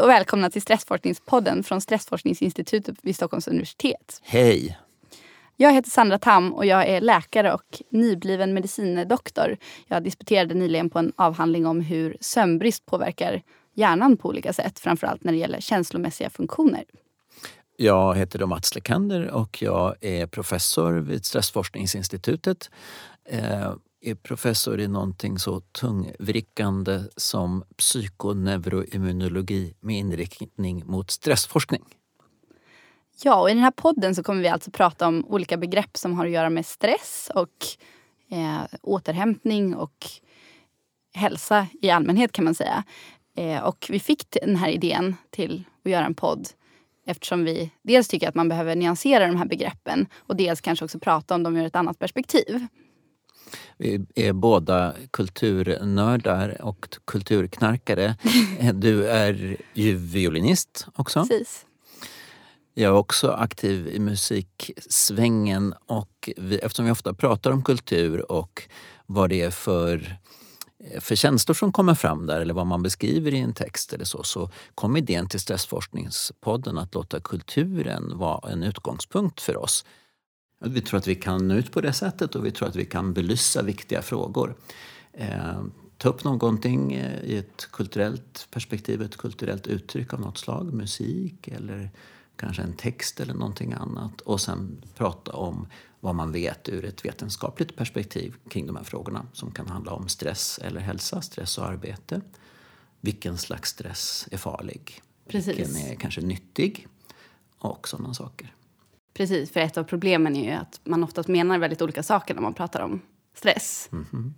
och välkomna till Stressforskningspodden från Stressforskningsinstitutet vid Stockholms universitet. Hej! Jag heter Sandra Tam och jag är läkare och nybliven medicinedoktor. Jag disputerade nyligen på en avhandling om hur sömnbrist påverkar hjärnan på olika sätt, framförallt när det gäller känslomässiga funktioner. Jag heter då Mats Lekander och jag är professor vid Stressforskningsinstitutet. Är professor i någonting så tungvrickande som psykoneuroimmunologi med inriktning mot stressforskning. Ja, och i den här podden så kommer vi alltså prata om olika begrepp som har att göra med stress och återhämtning och hälsa i allmänhet kan man säga. Och vi fick den här idén till att göra en podd eftersom vi dels tycker att man behöver nyansera de här begreppen och dels kanske också prata om dem ur ett annat perspektiv. Vi är båda kulturnördar och kulturknarkare. Du är ju violinist också. Precis. Jag är också aktiv i musiksvängen och eftersom vi ofta pratar om kultur och vad det är för känslor som kommer fram där eller vad man beskriver i en text eller så kom idén till Stressforskningspodden att låta kulturen vara en utgångspunkt för oss. Vi tror att vi kan nå ut på det sättet och vi tror att vi kan belysa viktiga frågor. Ta upp någonting i ett kulturellt perspektiv, ett kulturellt uttryck av något slag, musik eller kanske en text eller någonting annat och sen prata om vad man vet ur ett vetenskapligt perspektiv kring de här frågorna som kan handla om stress eller hälsa, stress och arbete. Vilken slags stress är farlig? Precis. Vilken är kanske nyttig? Och sådana saker. Precis, för ett av problemen är ju att man oftast menar väldigt olika saker när man pratar om stress. Mm-hmm.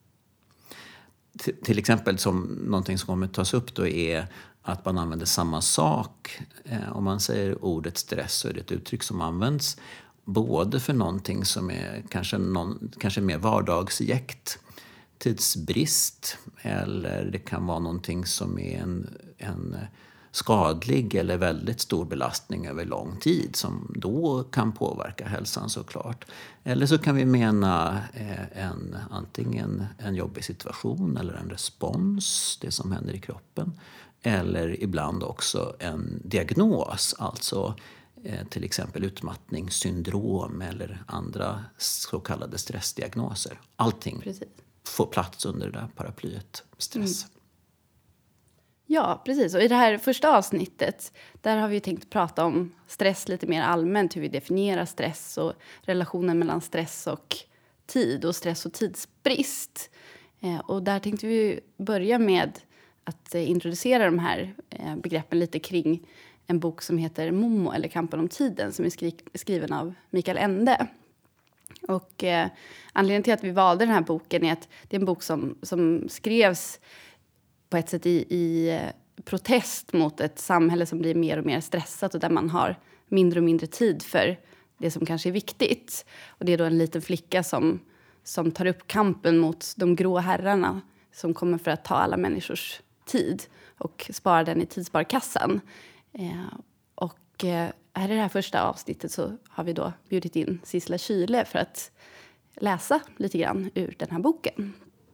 Till exempel som någonting som kommer tas upp då är att man använder samma sak. Om man säger ordet stress så är det ett uttryck som används både för någonting som är kanske mer vardagsjäkt, tidsbrist eller det kan vara någonting som är en skadlig eller väldigt stor belastning över lång tid som då kan påverka hälsan såklart. Eller så kan vi mena antingen en jobbig situation eller en respons, det som händer i kroppen. Eller ibland också en diagnos, alltså till exempel utmattningssyndrom eller andra så kallade stressdiagnoser. Allting får plats under det där paraplyet stress. Ja, precis. Och i det här första avsnittet, där har vi tänkt prata om stress lite mer allmänt. Hur vi definierar stress och relationen mellan stress och tid och stress och tidsbrist. Och där tänkte vi börja med att introducera de här begreppen lite kring en bok som heter Momo eller Kampen om tiden som är skriven av Mikael Ende. Och anledningen till att vi valde den här boken är att det är en bok som skrevs på ett sätt i protest mot ett samhälle som blir mer och mer stressat och där man har mindre och mindre tid för det som kanske är viktigt. Och det är då en liten flicka som tar upp kampen mot de grå herrarna som kommer för att ta alla människors tid och spara den i tidssparkassan. Och här i det här första avsnittet så har vi då bjudit in Sissela Kyle för att läsa lite grann ur den här boken.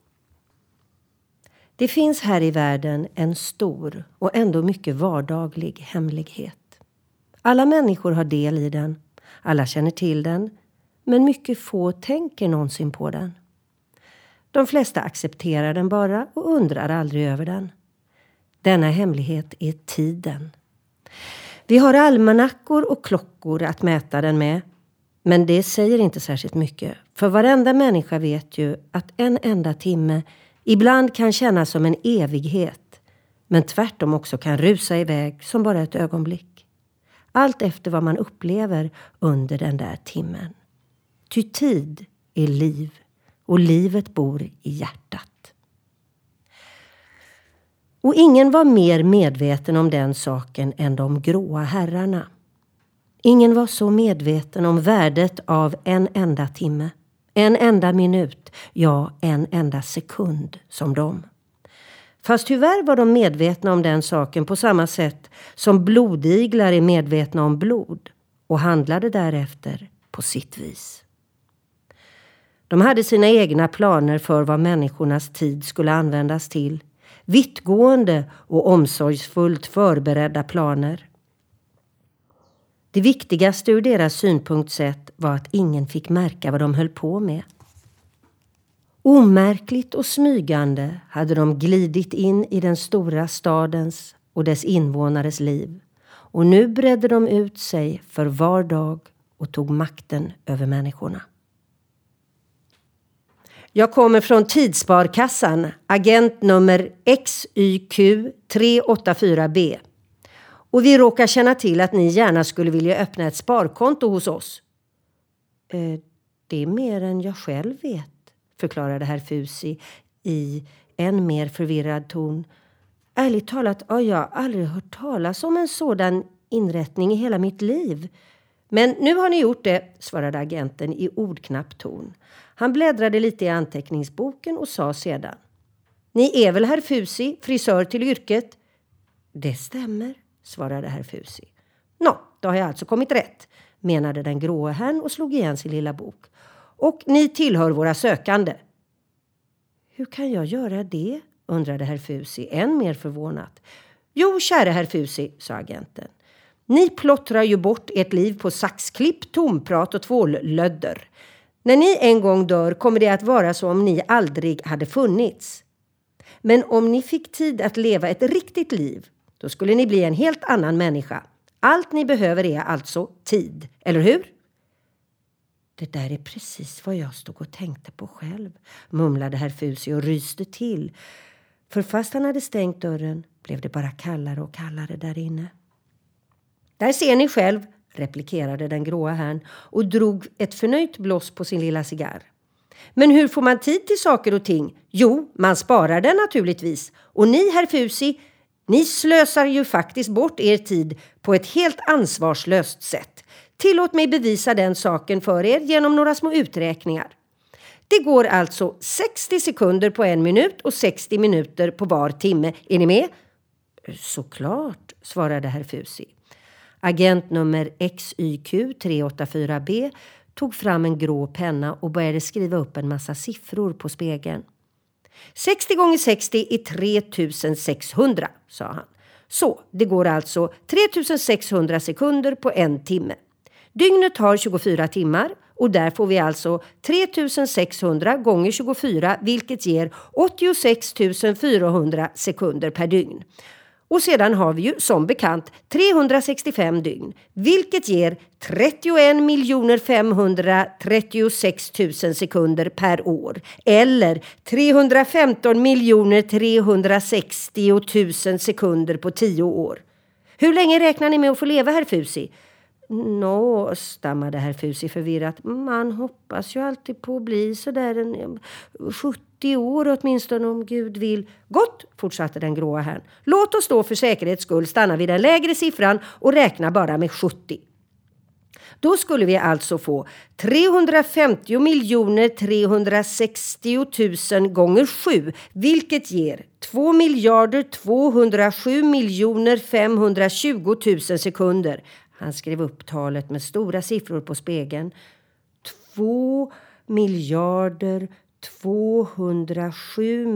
Det finns här i världen en stor och ändå mycket vardaglig hemlighet. Alla människor har del i den, alla känner till den, men mycket få tänker någonsin på den. De flesta accepterar den bara och undrar aldrig över den. Denna hemlighet är tiden. Vi har almanackor och klockor att mäta den med, men det säger inte särskilt mycket. För varenda människa vet ju att en enda timme ibland kan kännas som en evighet, men tvärtom också kan rusa iväg som bara ett ögonblick. Allt efter vad man upplever under den där timmen. Ty tid är liv och livet bor i hjärtat. Och ingen var mer medveten om den saken än de gråa herrarna. Ingen var så medveten om värdet av en enda timme, en enda minut, ja en enda sekund som de. Fast tyvärr var de medvetna om den saken på samma sätt som blodiglar är medvetna om blod och handlade därefter på sitt vis. De hade sina egna planer för vad människornas tid skulle användas till, vittgående och omsorgsfullt förberedda planer. Det viktigaste ur deras synpunkt sett var att ingen fick märka vad de höll på med. Omärkligt och smygande hade de glidit in i den stora stadens och dess invånares liv. Och nu bredde de ut sig för var dag och tog makten över människorna. Jag kommer från Tidssparkassan, agent nummer XYQ384B. Och vi råkar känna till att ni gärna skulle vilja öppna ett sparkonto hos oss. Det är mer än jag själv vet, förklarade herr Fusi i en mer förvirrad ton. Ärligt talat har jag aldrig hört talas om en sådan inrättning i hela mitt liv. Men nu har ni gjort det, svarade agenten i ordknapp ton. Han bläddrade lite i anteckningsboken och sa sedan. Ni är väl herr Fusi, frisör till yrket? Det stämmer, svarade herr Fusi. Nå, då har jag alltså kommit rätt, menade den gråa herrn och slog igen sin lilla bok. Och ni tillhör våra sökande. Hur kan jag göra det? Undrade herr Fusi, än mer förvånat. Jo, käre herr Fusi, sa agenten. Ni plottrar ju bort ert liv på saxklipp, tomprat och tvållödder. När ni en gång dör kommer det att vara som om ni aldrig hade funnits. Men om ni fick tid att leva ett riktigt liv, då skulle ni bli en helt annan människa. Allt ni behöver är alltså tid, eller hur? Det där är precis vad jag stod och tänkte på själv, mumlade herr Fusi och ryste till. För fast han hade stängt dörren blev det bara kallare och kallare där inne. Där ser ni själv, replikerade den gråa herrn och drog ett förnöjt blås på sin lilla cigarr. Men hur får man tid till saker och ting? Jo, man sparar den naturligtvis. Och ni, herr Fusi, ni slösar ju faktiskt bort er tid på ett helt ansvarslöst sätt. Tillåt mig bevisa den saken för er genom några små uträkningar. Det går alltså 60 sekunder på 1 minut och 60 minuter på var timme. Är ni med? Såklart, svarade herr Fusi. Agent nummer XYQ384B tog fram en grå penna och började skriva upp en massa siffror på spegeln. 60 gånger 60 är 3600, sa han. Så, det går alltså 3600 sekunder på 1 timme. Dygnet har 24 timmar och där får vi alltså 3600 gånger 24 vilket ger 86 400 sekunder per dygn. Och sedan har vi ju som bekant 365 dygn vilket ger 31 536 000 sekunder per år. Eller 315 360 000 sekunder på 10 år. Hur länge räknar ni med att få leva, herr Fusi? Nå, stammade herr Fusi förvirrat. Man hoppas ju alltid på att bli så där en 70 år åtminstone om Gud vill. Gott, fortsatte den gråa herrn. Låt oss då för säkerhets skull stanna vid den lägre siffran och räkna bara med 70. Då skulle vi alltså få 350 360 000 gånger 7 vilket ger 2 207 520 000 sekunder. Han skrev upp talet med stora siffror på spegeln. 2 207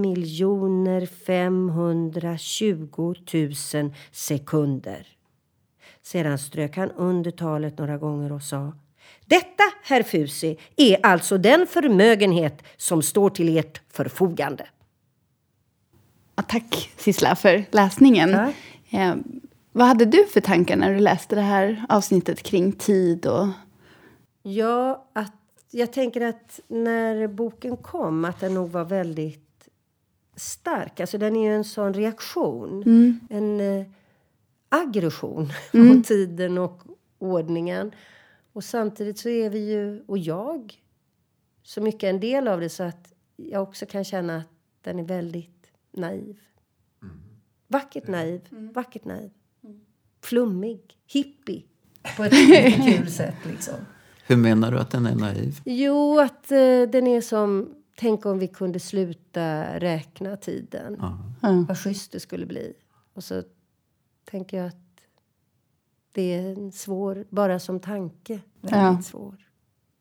520 000 sekunder. Sedan strök han under talet några gånger och sa: Detta, herr Fusi, är alltså den förmögenhet som står till ert förfogande. Ja, tack Sissela för läsningen. Ja. Vad hade du för tankar när du läste det här avsnittet kring tid? Ja, jag tänker att när boken kom att den nog var väldigt stark. Alltså den är ju en sån reaktion. En aggression på tiden och ordningen. Och samtidigt så är vi ju, och jag, så mycket en del av det så att jag också kan känna att den är väldigt naiv. Vackert naiv, vackert naiv. Flummig, hippie på ett kul sätt liksom. Hur menar du att den är naiv? Jo, att den är som, tänk om vi kunde sluta räkna tiden. Vad schysst det skulle bli. Och så tänker jag att det är en svår, bara som tanke, väldigt svår.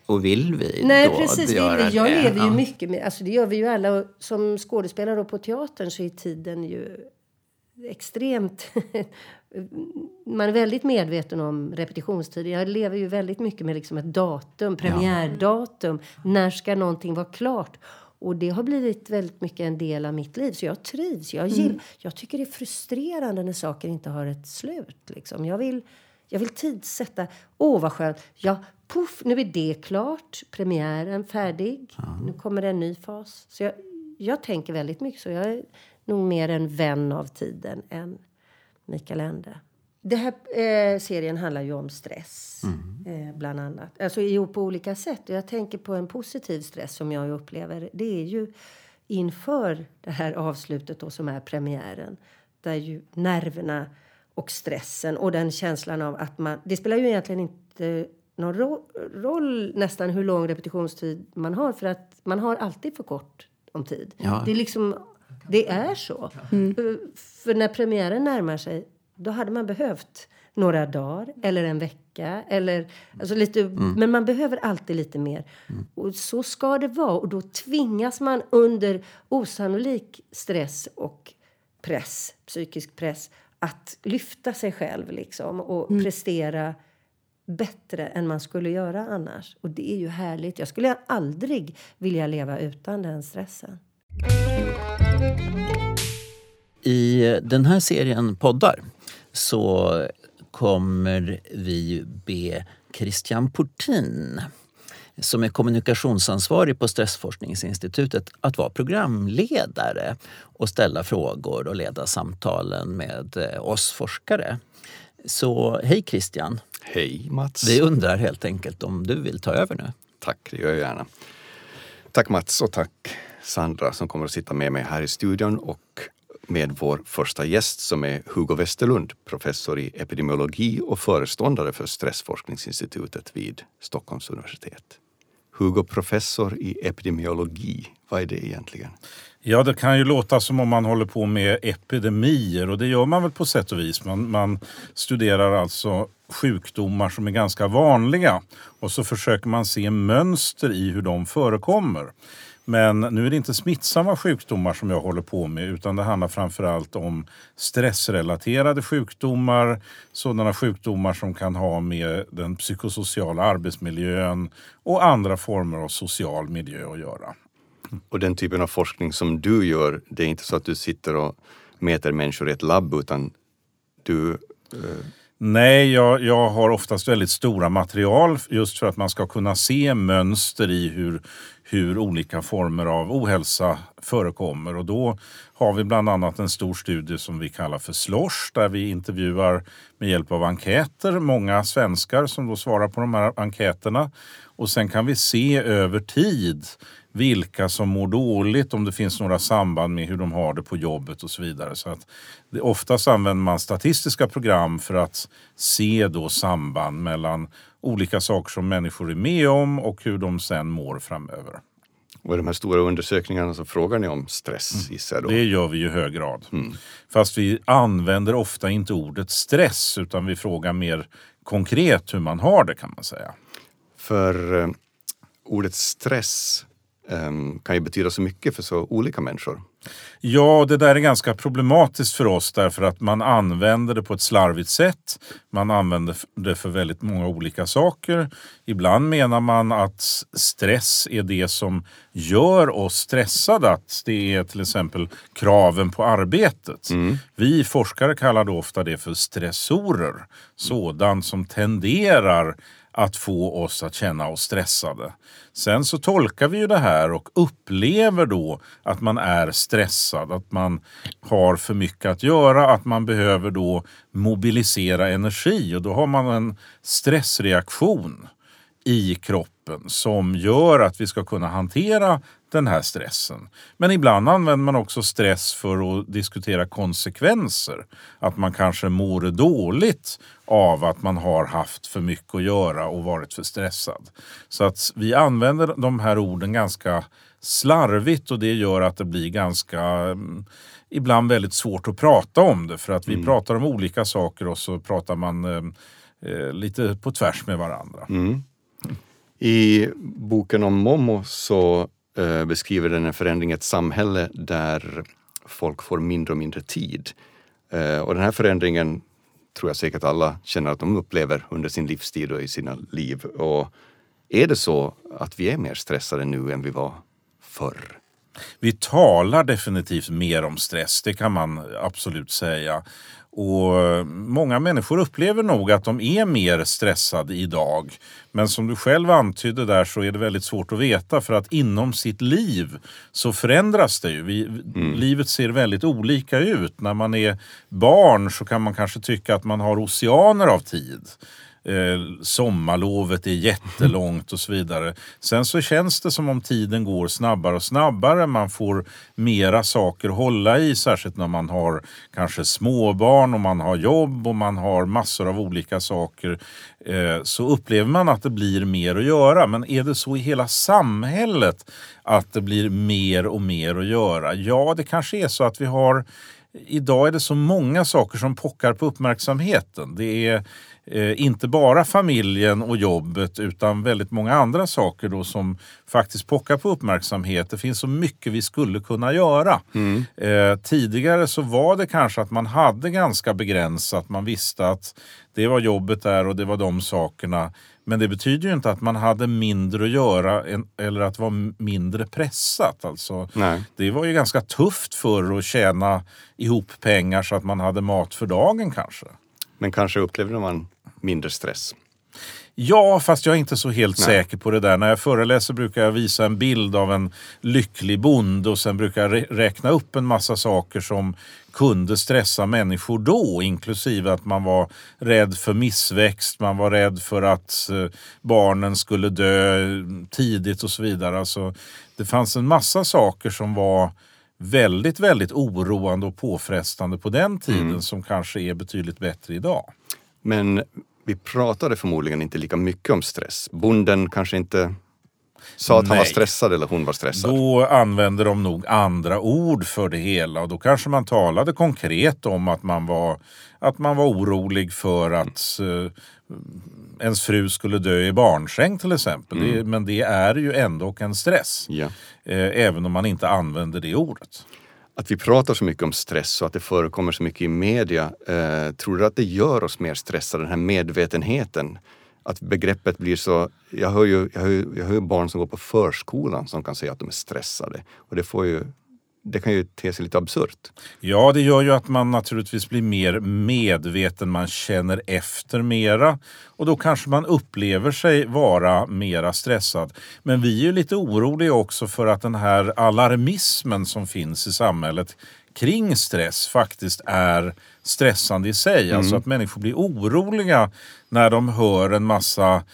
Och vill vi Nej, då precis, göra det? Jag lever ju mycket med, alltså det gör vi ju alla. Och som skådespelare på teatern så är tiden ju extremt... Man är väldigt medveten om repetitionstid. Jag lever ju väldigt mycket med liksom ett datum, premiärdatum. När ska någonting vara klart? Och det har blivit väldigt mycket en del av mitt liv. Så jag trivs. Jag tycker det är frustrerande när saker inte har ett slut. Liksom. Jag vill tidsätta. Vad skönt. Ja, puff, nu är det klart. Premiären färdig. Nu kommer det en ny fas. Så jag tänker väldigt mycket så. Jag är nog mer en vän av tiden än Mikael Ende. Det här serien handlar ju om stress. Bland annat. Alltså på olika sätt. Och jag tänker på en positiv stress som jag upplever. Det är ju inför det här avslutet då, som är premiären. Där ju nerverna och stressen och den känslan av att man... Det spelar ju egentligen inte någon roll nästan hur lång repetitionstid man har. För att man har alltid för kort om tid. Ja. Det är liksom... Det är så. För när premiären närmar sig, då hade man behövt några dagar eller en vecka. Eller, alltså lite, men man behöver alltid lite mer. Och så ska det vara. Och då tvingas man under osannolik stress och press, psykisk press, att lyfta sig själv liksom, och prestera bättre än man skulle göra annars. Och det är ju härligt. Jag skulle aldrig vilja leva utan den stressen. I den här serien poddar så kommer vi be Christian Portin, som är kommunikationsansvarig på Stressforskningsinstitutet, att vara programledare och ställa frågor och leda samtalen med oss forskare. Så hej Christian. Hej Mats. Vi undrar helt enkelt om du vill ta över nu. Tack, det gör jag gärna. Tack Mats och tack Sandra som kommer att sitta med mig här i studion och med vår första gäst som är Hugo Westerlund, professor i epidemiologi och föreståndare för Stressforskningsinstitutet vid Stockholms universitet. Hugo, professor i epidemiologi, vad är det egentligen? Ja, det kan ju låta som om man håller på med epidemier och det gör man väl på sätt och vis. Man studerar alltså sjukdomar som är ganska vanliga och så försöker man se mönster i hur de förekommer. Men nu är det inte smittsamma sjukdomar som jag håller på med utan det handlar framförallt om stressrelaterade sjukdomar. Sådana sjukdomar som kan ha med den psykosociala arbetsmiljön och andra former av social miljö att göra. Och den typen av forskning som du gör, det är inte så att du sitter och mäter människor i ett labb utan du... Nej, jag har oftast väldigt stora material just för att man ska kunna se mönster i hur olika former av ohälsa förekommer. Och då har vi bland annat en stor studie som vi kallar för SLOSH där vi intervjuar med hjälp av enkäter många svenskar som då svarar på de här enkäterna. Och sen kan vi se över tid vilka som mår dåligt, om det finns några samband med hur de har det på jobbet och så vidare. Så att oftast använder man statistiska program för att se då samband mellan olika saker som människor är med om och hur de sen mår framöver. Och i de här stora undersökningarna så frågar ni om stress i sig då? Det gör vi i hög grad. Fast vi använder ofta inte ordet stress utan vi frågar mer konkret hur man har det kan man säga. För ordet stress kan ju betyda så mycket för så olika människor. Ja, det där är ganska problematiskt för oss därför att man använder det på ett slarvigt sätt. Man använder det för väldigt många olika saker. Ibland menar man att stress är det som gör oss stressade. Att det är till exempel kraven på arbetet. Vi forskare kallar då ofta det för stressorer. Sådant som tenderar att få oss att känna oss stressade. Sen så tolkar vi ju det här och upplever då att man är stressad, att man har för mycket att göra, att man behöver då mobilisera energi och då har man en stressreaktion i kroppen som gör att vi ska kunna hantera den här stressen. Men ibland använder man också stress för att diskutera konsekvenser. Att man kanske mår dåligt av att man har haft för mycket att göra och varit för stressad. Så att vi använder de här orden ganska slarvigt och det gör att det blir ganska ibland väldigt svårt att prata om det. För att vi pratar om olika saker och så pratar man lite på tvärs med varandra. I boken om Momo så beskriver den en förändring i ett samhälle där folk får mindre och mindre tid. Och den här förändringen tror jag säkert alla känner att de upplever under sin livstid och i sina liv. Och är det så att vi är mer stressade nu än vi var förr? Vi talar definitivt mer om stress, det kan man absolut säga. Och många människor upplever nog att de är mer stressade idag. Men som du själv antydde där så är det väldigt svårt att veta, för att inom sitt liv så förändras det ju. Livet ser väldigt olika ut. När man är barn så kan man kanske tycka att man har oceaner av tid. Sommarlovet är jättelångt och så vidare. Sen så känns det som om tiden går snabbare och snabbare. Man får mera saker att hålla i, särskilt när man har kanske småbarn och man har jobb och man har massor av olika saker. Så upplever man att det blir mer att göra. Men är det så i hela samhället att det blir mer och mer att göra? Ja, det kanske är så att vi har... Idag är det så många saker som pockar på uppmärksamheten. Det är inte bara familjen och jobbet utan väldigt många andra saker då som faktiskt pockar på uppmärksamhet. Det finns så mycket vi skulle kunna göra. Tidigare så var det kanske att man hade ganska begränsat. Man visste att det var jobbet där och det var de sakerna. Men det betyder ju inte att man hade mindre att göra eller att vara mindre pressat. Alltså, det var ju ganska tufft för att tjäna ihop pengar så att man hade mat för dagen kanske. Men kanske upplevde man mindre stress? Ja, fast jag är inte så helt säker på det där. När jag föreläser brukar jag visa en bild av en lycklig bonde och sen brukar jag räkna upp en massa saker som kunde stressa människor då, inklusive att man var rädd för missväxt, man var rädd för att barnen skulle dö tidigt och så vidare. Alltså, det fanns en massa saker som var väldigt, väldigt oroande och påfrestande på den tiden som kanske är betydligt bättre idag. Men vi pratade förmodligen inte lika mycket om stress. Bonden kanske inte sa att han var stressad eller hon var stressad. Då använder de nog andra ord för det hela och då kanske man talade konkret om att man var orolig för att ens fru skulle dö i barnsäng till exempel. Men det är ju ändå en stress. Ja. Även om man inte använder det ordet. Att vi pratar så mycket om stress och att det förekommer så mycket i media, tror du att det gör oss mer stressade, den här medvetenheten? Att begreppet blir så... Jag hör ju barn som går på förskolan som kan säga att de är stressade. Och det kan ju te sig lite absurt. Ja, det gör ju att man naturligtvis blir mer medveten, man känner efter mera och då kanske man upplever sig vara mera stressad. Men vi är ju lite oroliga också för att den här alarmismen som finns i samhället kring stress faktiskt är stressande i sig. Alltså att människor blir oroliga när de hör en massa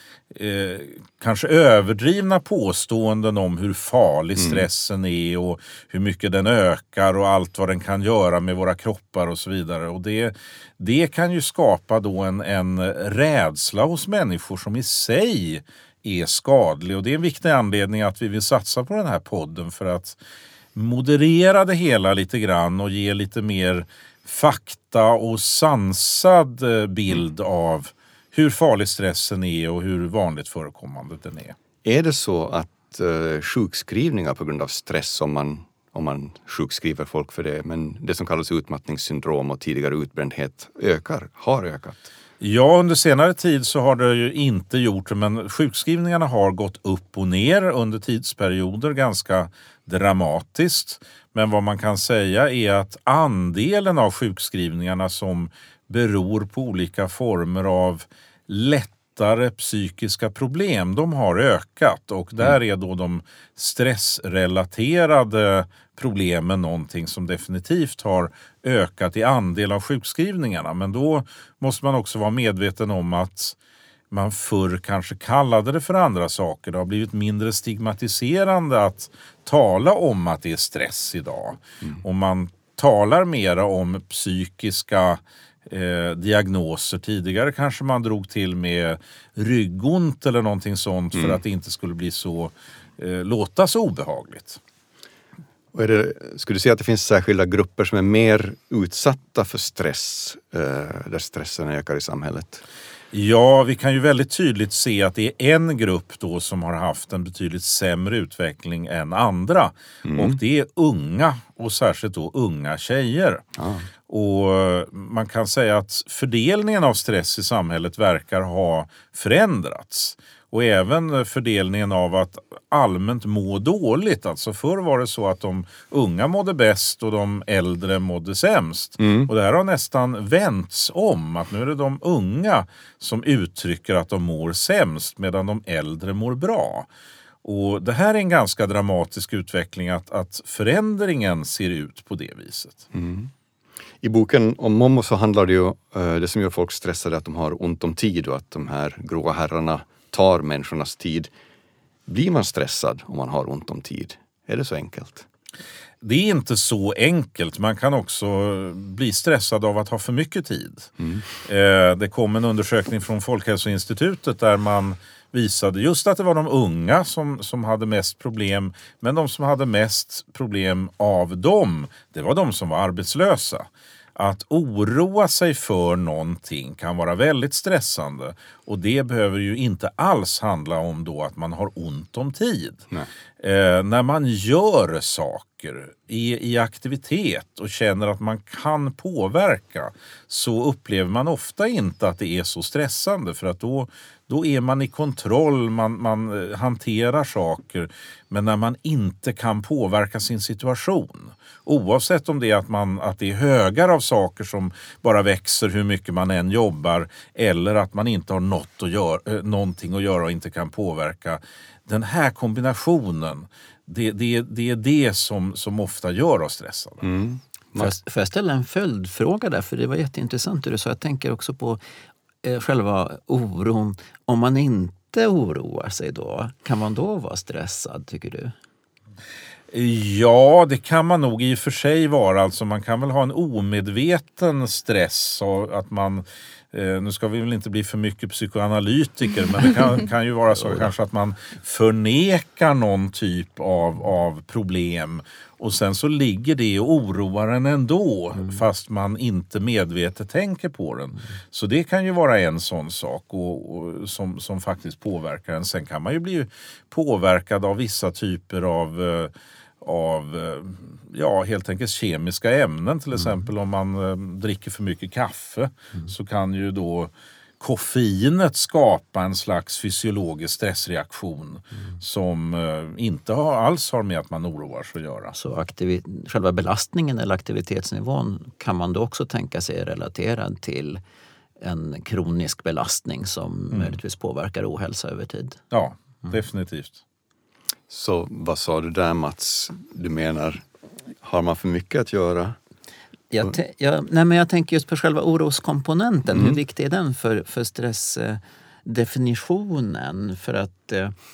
kanske överdrivna påståenden om hur farlig stressen är och hur mycket den ökar och allt vad den kan göra med våra kroppar och så vidare. Och det kan ju skapa då en rädsla hos människor som i sig är skadlig. Och det är en viktig anledning att vi vill satsa på den här podden för att moderera det hela lite grann och ge lite mer fakta och sansad bild av hur farlig stressen är och hur vanligt förekommande den är. Är det så att sjukskrivningar på grund av stress, om man sjukskriver folk för det, men det som kallas utmattningssyndrom och tidigare utbrändhet har ökat? Ja, under senare tid så har det ju inte gjort det, men sjukskrivningarna har gått upp och ner under tidsperioder ganska dramatiskt. Men vad man kan säga är att andelen av sjukskrivningarna som beror på olika former av lättare psykiska problem, de har ökat och där är då de stressrelaterade problemen någonting som definitivt har ökat i andel av sjukskrivningarna. Men då måste man också vara medveten om att man förr kanske kallade det för andra saker. Det har blivit mindre stigmatiserande att tala om att det är stress idag. Och man talar mera om psykiska diagnoser. Tidigare kanske man drog till med ryggont eller någonting sånt för att det inte skulle bli så låta så obehagligt. Och skulle du säga att det finns särskilda grupper som är mer utsatta för stress där stressen ökar i samhället? Ja, vi kan ju väldigt tydligt se att det är en grupp då som har haft en betydligt sämre utveckling än andra. Och det är unga, och särskilt då unga tjejer. Och man kan säga att fördelningen av stress i samhället verkar ha förändrats. Och även fördelningen av att allmänt må dåligt. Alltså förr var det så att de unga mådde bäst och de äldre mådde sämst. Och det här har nästan vänts om. Att nu är det de unga som uttrycker att de mår sämst medan de äldre mår bra. Och det här är en ganska dramatisk utveckling att förändringen ser ut på det viset. I boken om Momo så handlar det ju det som gör folk stressade att de har ont om tid och att de här gråa herrarna tar människornas tid. Blir man stressad om man har ont om tid? Är det så enkelt? Det är inte så enkelt. Man kan också bli stressad av att ha för mycket tid. Det kom en undersökning från Folkhälsoinstitutet där man visade just att det var de unga som hade mest problem. Men de som hade mest problem av dem, det var de som var arbetslösa. Att oroa sig för någonting kan vara väldigt stressande. Och det behöver ju inte alls handla om då att man har ont om tid. När man gör saker i aktivitet och känner att man kan påverka, så upplever man ofta inte att det är så stressande. För att då är man i kontroll, man hanterar saker. Men när man inte kan påverka sin situation, oavsett om det är att det är högar av saker som bara växer hur mycket man än jobbar, eller att man inte har någonting att göra och inte kan påverka. Den här kombinationen, det är det som ofta gör oss stressade. Får jag ställa en följdfråga där? För det var jätteintressant det du sa. Jag tänker också på själva oron. Om man inte oroar sig då, kan man då vara stressad, tycker du? Ja, det kan man nog i och för sig vara. Alltså man kan väl ha en omedveten stress och att man, nu ska vi väl inte bli för mycket psykoanalytiker, men det kan ju vara så kanske att man förnekar någon typ av problem och sen så ligger det och oroar en ändå fast man inte medvetet tänker på den. Så det kan ju vara en sån sak och som faktiskt påverkar en. Sen kan man ju bli påverkad av vissa typer av helt enkelt kemiska ämnen. Till exempel om man dricker för mycket kaffe så kan ju då koffeinet skapa en slags fysiologisk stressreaktion som inte alls har med att man oroar sig att göra. Så själva belastningen eller aktivitetsnivån kan man då också tänka sig relaterad till en kronisk belastning som möjligtvis påverkar ohälsa över tid? Ja, definitivt. Så vad sa du där, Mats? Du menar, har man för mycket att göra? Jag tänker just på själva oroskomponenten. Hur viktig är den för stressdefinitionen? För att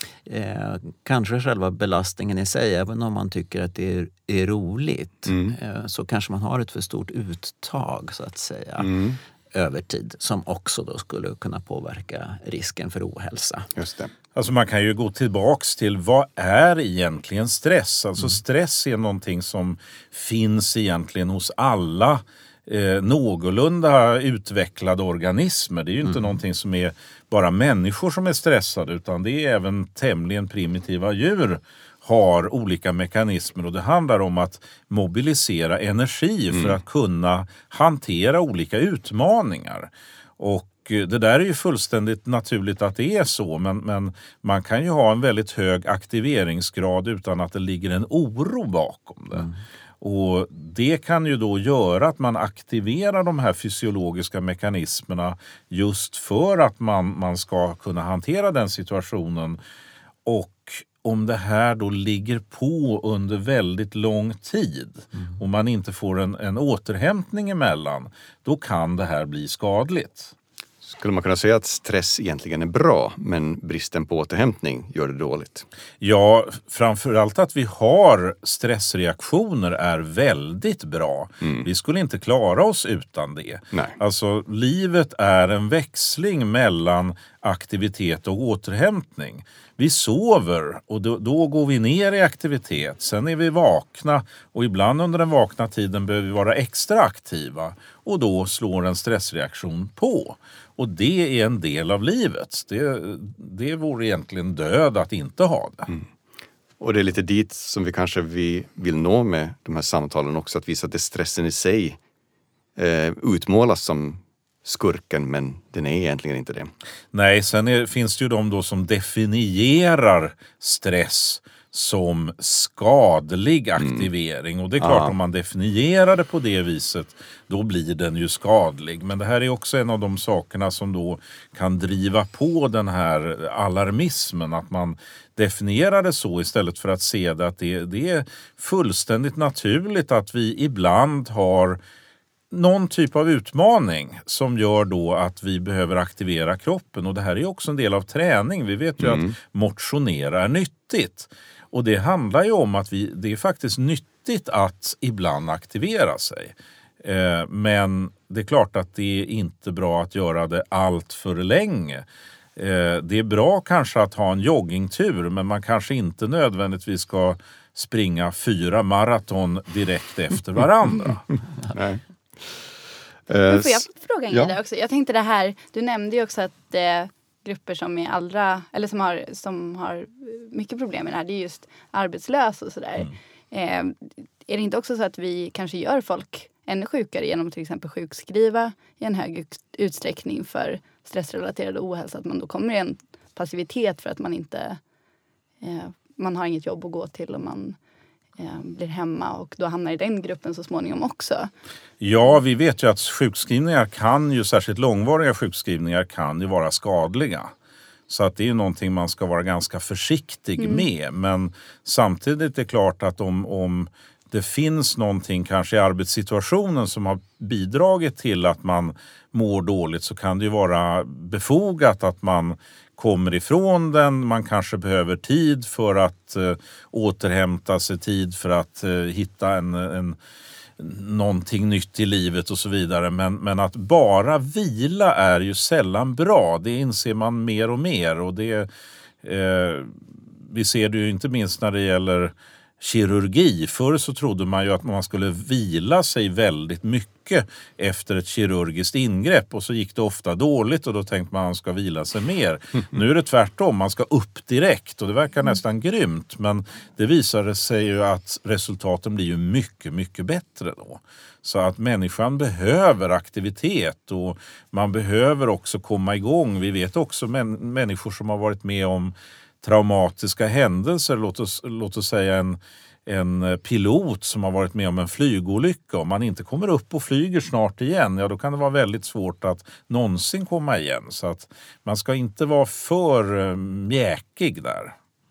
kanske själva belastningen i sig, även om man tycker att det är roligt, så kanske man har ett för stort uttag så att säga över tid, som också då skulle kunna påverka risken för ohälsa. Just det. Alltså man kan ju gå tillbaks till vad är egentligen stress? Alltså stress är någonting som finns egentligen hos alla någorlunda utvecklade organismer. Det är ju inte någonting som är bara människor som är stressade, utan det är även tämligen primitiva djur har olika mekanismer och det handlar om att mobilisera energi för att kunna hantera olika utmaningar. Och det där är ju fullständigt naturligt att det är så, men man kan ju ha en väldigt hög aktiveringsgrad utan att det ligger en oro bakom det. Och det kan ju då göra att man aktiverar de här fysiologiska mekanismerna just för att man ska kunna hantera den situationen. Och om det här då ligger på under väldigt lång tid och man inte får en återhämtning emellan, då kan det här bli skadligt. Skulle man kunna säga att stress egentligen är bra, men bristen på återhämtning gör det dåligt? Ja, framförallt att vi har stressreaktioner är väldigt bra. Vi skulle inte klara oss utan det. Nej. Alltså, livet är en växling mellan aktivitet och återhämtning. Vi sover och då går vi ner i aktivitet. Sen är vi vakna och ibland under den vakna tiden behöver vi vara extra aktiva och då slår en stressreaktion på. Och det är en del av livet. Det vore egentligen död att inte ha det. Mm. Och det är lite dit som vi vill nå med de här samtalen också, att visa att det stressen i sig utmålas som skurken, men den är egentligen inte det. Nej, sen finns det ju de då som definierar stress som skadlig aktivering. Och det är klart, om man definierar det på det viset, då blir den ju skadlig. Men det här är också en av de sakerna som då kan driva på den här alarmismen. Att man definierar det så istället för att se det att det är fullständigt naturligt att vi ibland har någon typ av utmaning som gör då att vi behöver aktivera kroppen. Och det här är också en del av träning. Vi vet ju att motionera är nyttigt. Och det handlar ju om att det är faktiskt nyttigt att ibland aktivera sig. Men det är klart att det är inte bra att göra det allt för länge. Det är bra kanske att ha en joggingtur, men man kanske inte nödvändigtvis ska springa 4 maraton direkt efter varandra. Nej. Men får jag fråga en grej där också? Jag tänkte det här, du nämnde ju också att grupper som är som har mycket problem med det här, det är just arbetslösa och sådär. Är det inte också så att vi kanske gör folk ännu sjukare genom till exempel sjukskriva i en hög utsträckning för stressrelaterad ohälsa, att man då kommer i en passivitet för att man inte man har inget jobb att gå till och man blir hemma och då hamnar i den gruppen så småningom också. Ja, vi vet ju att sjukskrivningar särskilt långvariga sjukskrivningar kan ju vara skadliga. Så att det är ju någonting man ska vara ganska försiktig med. Men samtidigt är det klart att om det finns någonting kanske i arbetssituationen som har bidragit till att man mår dåligt, så kan det ju vara befogat att man kommer ifrån den. Man kanske behöver tid för att återhämta sig, tid för att hitta någonting nytt i livet och så vidare. Men att bara vila är ju sällan bra. Det inser man mer och mer. Och vi ser det ju inte minst när det gäller kirurgi. Förr så trodde man ju att man skulle vila sig väldigt mycket efter ett kirurgiskt ingrepp, och så gick det ofta dåligt och då tänkte man ska vila sig mer. Nu är det tvärtom, man ska upp direkt och det verkar nästan grymt, men det visade sig ju att resultaten blir ju mycket, mycket bättre då. Så att människan behöver aktivitet och man behöver också komma igång. Vi vet också människor som har varit med om traumatiska händelser, låt oss säga en pilot som har varit med om en flygolycka. Om man inte kommer upp och flyger snart igen, då kan det vara väldigt svårt att någonsin komma igen. Så att man ska inte vara för mjäkig där.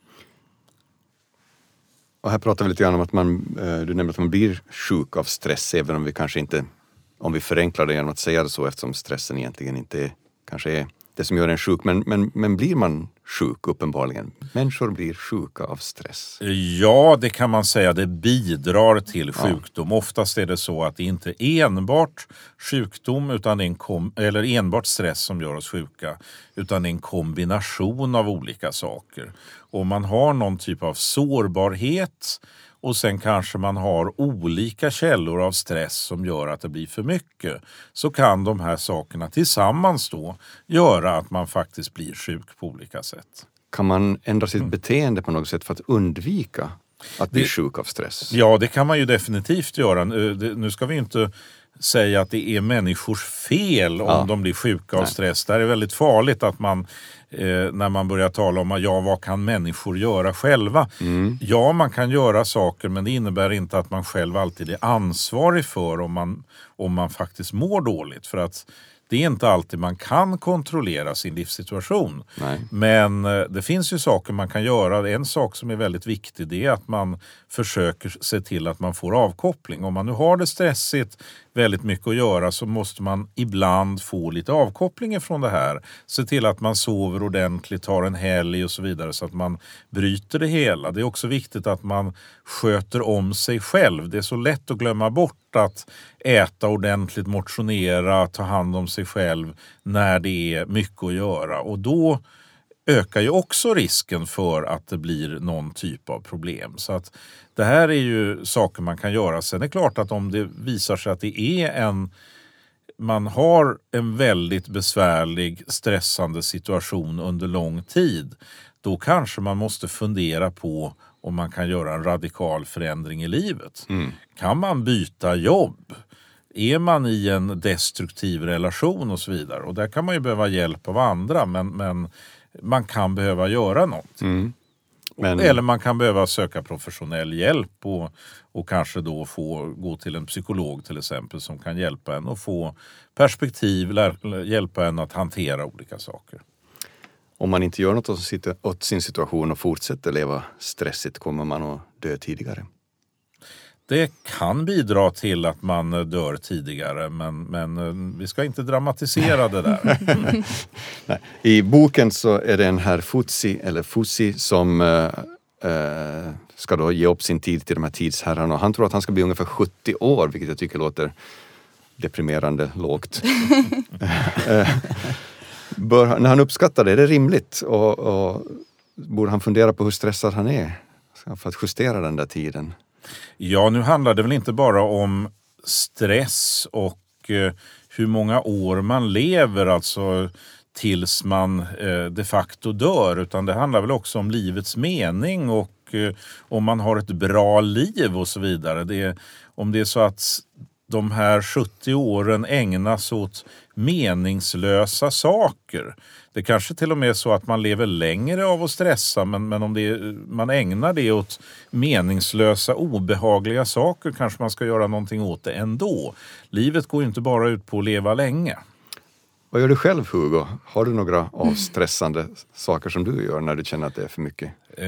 Och här pratar vi lite grann om att du nämnde att man blir sjuk av stress, även om vi kanske inte, om vi förenklar det genom att säga det så, eftersom stressen egentligen inte kanske är det som gör en sjuk. Men blir man sjuk uppenbarligen? Människor blir sjuka av stress. Ja, det kan man säga. Det bidrar till sjukdom. Oftast är det så att det inte är enbart sjukdom utan eller enbart stress som gör oss sjuka, utan det är en kombination av olika saker. Och man har någon typ av sårbarhet, och sen kanske man har olika källor av stress som gör att det blir för mycket. Så kan de här sakerna tillsammans då göra att man faktiskt blir sjuk på olika sätt. Kan man ändra sitt beteende på något sätt för att undvika att bli sjuk av stress? Ja, det kan man ju definitivt göra. Nu ska vi inte säga att det är människors fel om de blir sjuka av stress. Det är väldigt farligt att man när man börjar tala om vad kan människor göra själva. Ja, man kan göra saker, men det innebär inte att man själv alltid är ansvarig för om man faktiskt mår dåligt. För att det är inte alltid man kan kontrollera sin livssituation. Nej. Men det finns ju saker man kan göra. En sak som är väldigt viktig, det är att man försöker se till att man får avkoppling. Om man nu har det stressigt, väldigt mycket att göra, så måste man ibland få lite avkoppling ifrån det här. Se till att man sover ordentligt, tar en helg och så vidare, så att man bryter det hela. Det är också viktigt att man sköter om sig själv. Det är så lätt att glömma bort svårt att äta ordentligt, motionera, ta hand om sig själv när det är mycket att göra. Och då ökar ju också risken för att det blir någon typ av problem. Så att det här är ju saker man kan göra. Sen är det klart att om det visar sig att det är man har en väldigt besvärlig, stressande situation under lång tid, då kanske man måste fundera på om man kan göra en radikal förändring i livet. Kan man byta jobb? Är man i en destruktiv relation och så vidare? Och där kan man ju behöva hjälp av andra, men man kan behöva göra något. Eller man kan behöva söka professionell hjälp och kanske då få gå till en psykolog till exempel som kan hjälpa en att få perspektiv, hjälpa en att hantera olika saker. Om man inte gör något åt sin situation och fortsätter leva stressigt, kommer man att dö tidigare? Det kan bidra till att man dör tidigare, men vi ska inte dramatisera det där. Nej. I boken så är det en herr Fuzzi som ska då ge upp sin tid till de här tidsherrarna. Och han tror att han ska bli ungefär 70 år, vilket jag tycker låter deprimerande lågt. När han uppskattar det, är det rimligt? Och borde han fundera på hur stressad han är för att justera den där tiden? Ja, nu handlar det väl inte bara om stress och hur många år man lever, alltså tills man de facto dör, utan det handlar väl också om livets mening och om man har ett bra liv och så vidare. Om det är så att de här 70 åren ägnas åt meningslösa saker. Det kanske till och med är så att man lever längre av att stressa, men om man ägnar det åt meningslösa, obehagliga saker, kanske man ska göra någonting åt det ändå. Livet går ju inte bara ut på att leva länge. Vad gör du själv, Hugo? Har du några avstressande saker som du gör när du känner att det är för mycket?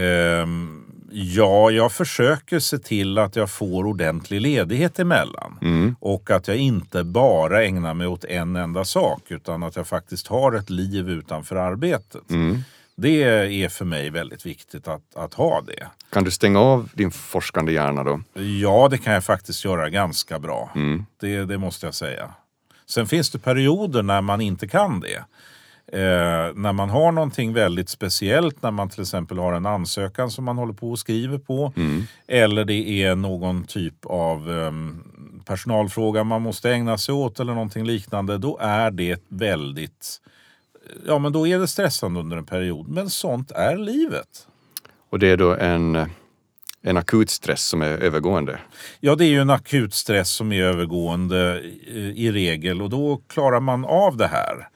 Ja, jag försöker se till att jag får ordentlig ledighet emellan. Och att jag inte bara ägnar mig åt en enda sak, utan att jag faktiskt har ett liv utanför arbetet. Det är för mig väldigt viktigt att ha det. Kan du stänga av din forskande hjärna då? Ja, det kan jag faktiskt göra ganska bra. Det måste jag säga. Sen finns det perioder när man inte kan det. När man har någonting väldigt speciellt, när man till exempel har en ansökan som man håller på och skriver på, eller det är någon typ av personalfråga man måste ägna sig åt eller någonting liknande, då är det väldigt, men då är det stressande under en period, men sånt är livet. Och det är då en akut stress som är övergående? Ja, det är ju en akut stress som är övergående i regel, och då klarar man av det här.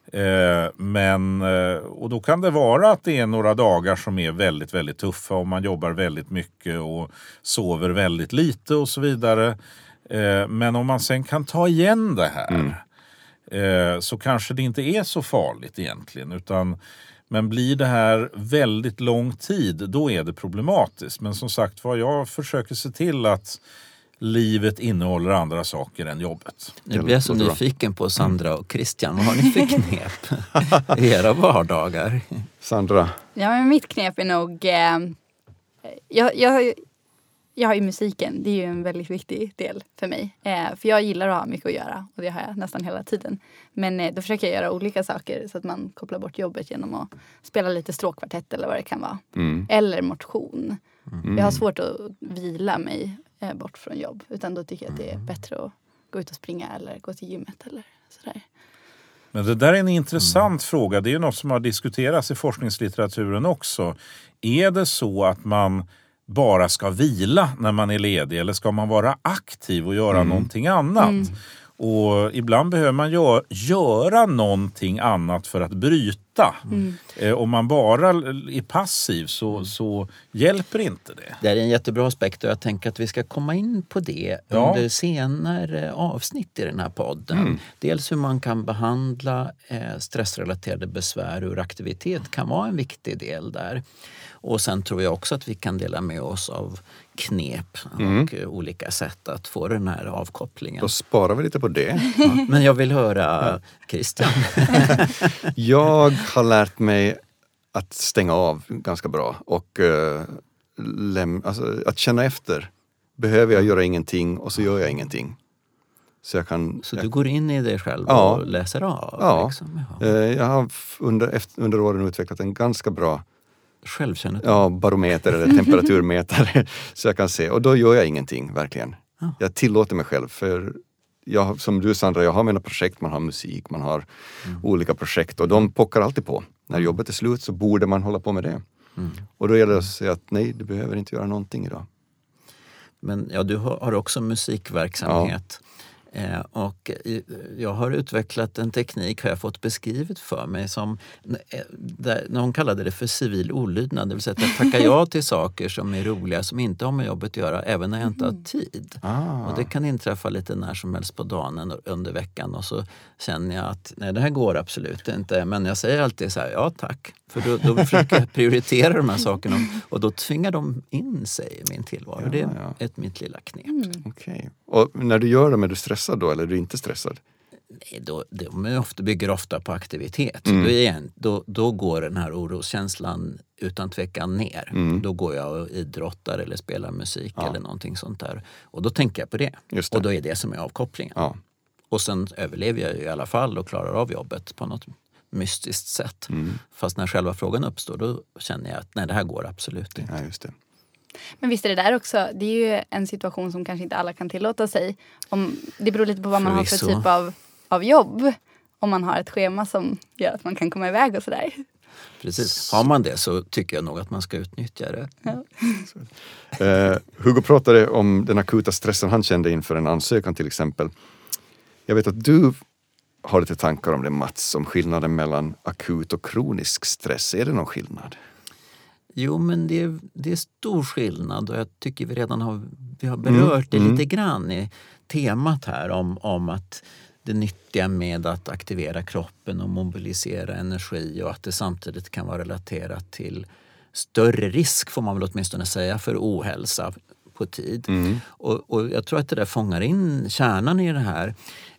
Och då kan det vara att det är några dagar som är väldigt, väldigt tuffa och man jobbar väldigt mycket och sover väldigt lite och så vidare. Men om man sen kan ta igen det här så kanske det inte är så farligt egentligen, men blir det här väldigt lång tid, då är det problematiskt. Men som sagt, jag försöker se till att livet innehåller andra saker än jobbet. Nu blir jag så nyfiken på Sandra och Christian. Vad har ni för knep i era vardagar? Sandra? Ja, men mitt knep är nog... Jag har ju musiken. Det är ju en väldigt viktig del för mig. För jag gillar att ha mycket att göra. Och det har jag nästan hela tiden. Men då försöker jag göra olika saker så att man kopplar bort jobbet genom att spela lite stråkkvartett eller vad det kan vara. Eller motion. Jag har svårt att vila mig bort från jobb. Utan då tycker jag att det är bättre att gå ut och springa eller gå till gymmet eller sådär. Men det där är en intressant fråga. Det är ju något som har diskuterats i forskningslitteraturen också. Är det så att man bara ska vila när man är ledig, eller ska man vara aktiv och göra någonting annat? Och ibland behöver man göra någonting annat för att bryta. Om man bara är passiv så hjälper inte det. Det är en jättebra aspekt och jag tänker att vi ska komma in på det under senare avsnitt i den här podden. Dels hur man kan behandla stressrelaterade besvär ur aktivitet kan vara en viktig del där. Och sen tror jag också att vi kan dela med oss av knep och olika sätt att få den här avkopplingen. Då sparar vi lite på det. Ja, men jag vill höra Christian. Jag har lärt mig att stänga av ganska bra och att känna efter. behöver jag göra ingenting och så gör jag ingenting. Så du går in i dig själv Ja. och läser av? Ja, liksom. Jag har under åren utvecklat en ganska bra Självkännedom? barometer eller temperaturmätare så jag kan se. Och då gör jag ingenting, verkligen. Ja. Jag tillåter mig själv, för som du Sandra, jag har mina projekt, man har musik, man har olika projekt och de pockar alltid på. När jobbet är slut så borde man hålla på med det. Och då gäller det att säga att nej, du behöver inte göra någonting idag. Men du har också musikverksamhet. Och jag har utvecklat en teknik, har jag fått beskrivet för mig, som någon kallade det för civil olydnad. Det vill säga att jag tackar ja till saker som är roliga, som inte har med jobbet att göra, även när jag inte har tid. Och det kan inträffa lite när som helst på dagen under veckan. Och så känner jag att nej, det här går absolut inte. Men jag säger alltid så här, ja tack. För då försöker jag prioritera de här sakerna. Och då tvingar de in sig i min tillvaro. Det är mitt lilla knep. Okej. Och när du gör det, är du stressad då eller är du inte stressad? Nej, de bygger ofta på aktivitet. Då går den här oroskänslan utan tvekan ner. Då går jag och idrottar eller spelar musik eller någonting sånt där. Och då tänker jag på det. Just det. Och då är det som är avkopplingen. Ja. Och sen överlever jag ju i alla fall och klarar av jobbet på något mystiskt sätt. Fast när själva frågan uppstår, då känner jag att nej, det här går absolut inte. Ja, just det. Men visst är det där också, det är ju en situation som kanske inte alla kan tillåta sig. Det beror lite på vad man har för typ av jobb. Om man har ett schema som gör att man kan komma iväg och sådär. Precis. Har man det så tycker jag nog att man ska utnyttja det. Ja. Hugo pratade om den akuta stressen han kände inför en ansökan till exempel. Jag vet att du har lite tankar om det, Mats, om skillnaden mellan akut och kronisk stress. Är det någon skillnad? Jo, men det är stor skillnad och jag tycker vi redan har berört det lite grann i temat här om att det nyttiga med att aktivera kroppen och mobilisera energi och att det samtidigt kan vara relaterat till större risk, får man väl åtminstone säga, för ohälsa på tid. Och jag tror att det där fångar in kärnan i det här.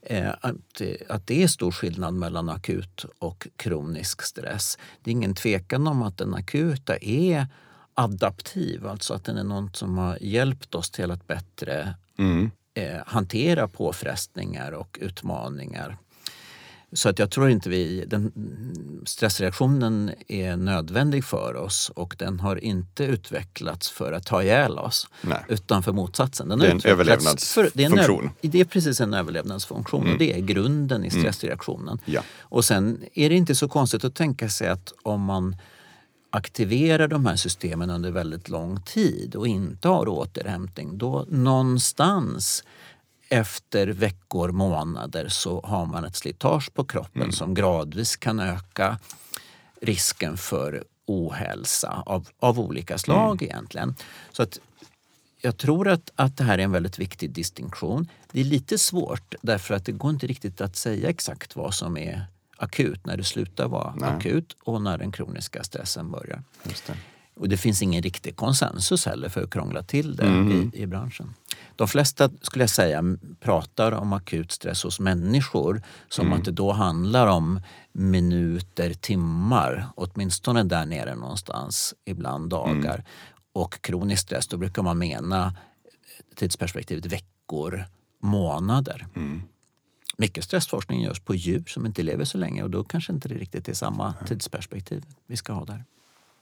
Att det är stor skillnad mellan akut och kronisk stress. Det är ingen tvekan om att den akuta är adaptiv. Alltså att den är något som har hjälpt oss till att bättre hantera påfrestningar och utmaningar. Så att jag tror inte stressreaktionen är nödvändig för oss och den har inte utvecklats för att ta ihjäl oss. Nej. Utan för motsatsen. Det är en överlevnadsfunktion. Det är precis en överlevnadsfunktion och det är grunden i stressreaktionen. Ja. Och sen är det inte så konstigt att tänka sig att om man aktiverar de här systemen under väldigt lång tid och inte har återhämtning, då någonstans efter veckor, månader så har man ett slitage på kroppen som gradvis kan öka risken för ohälsa av olika slag egentligen. Så att jag tror att det här är en väldigt viktig distinktion. Det är lite svårt därför att det går inte riktigt att säga exakt vad som är akut när det slutar vara akut och när den kroniska stressen börjar. Just det. Och det finns ingen riktig konsensus heller för att krångla till det i branschen. De flesta, skulle jag säga, pratar om akut stress hos människor som att det då handlar om minuter, timmar, åtminstone där nere någonstans, ibland dagar. Och kronisk stress, då brukar man mena tidsperspektivet veckor, månader. Mycket stressforskning görs på djur som inte lever så länge och då kanske inte det riktigt är samma tidsperspektiv vi ska ha där.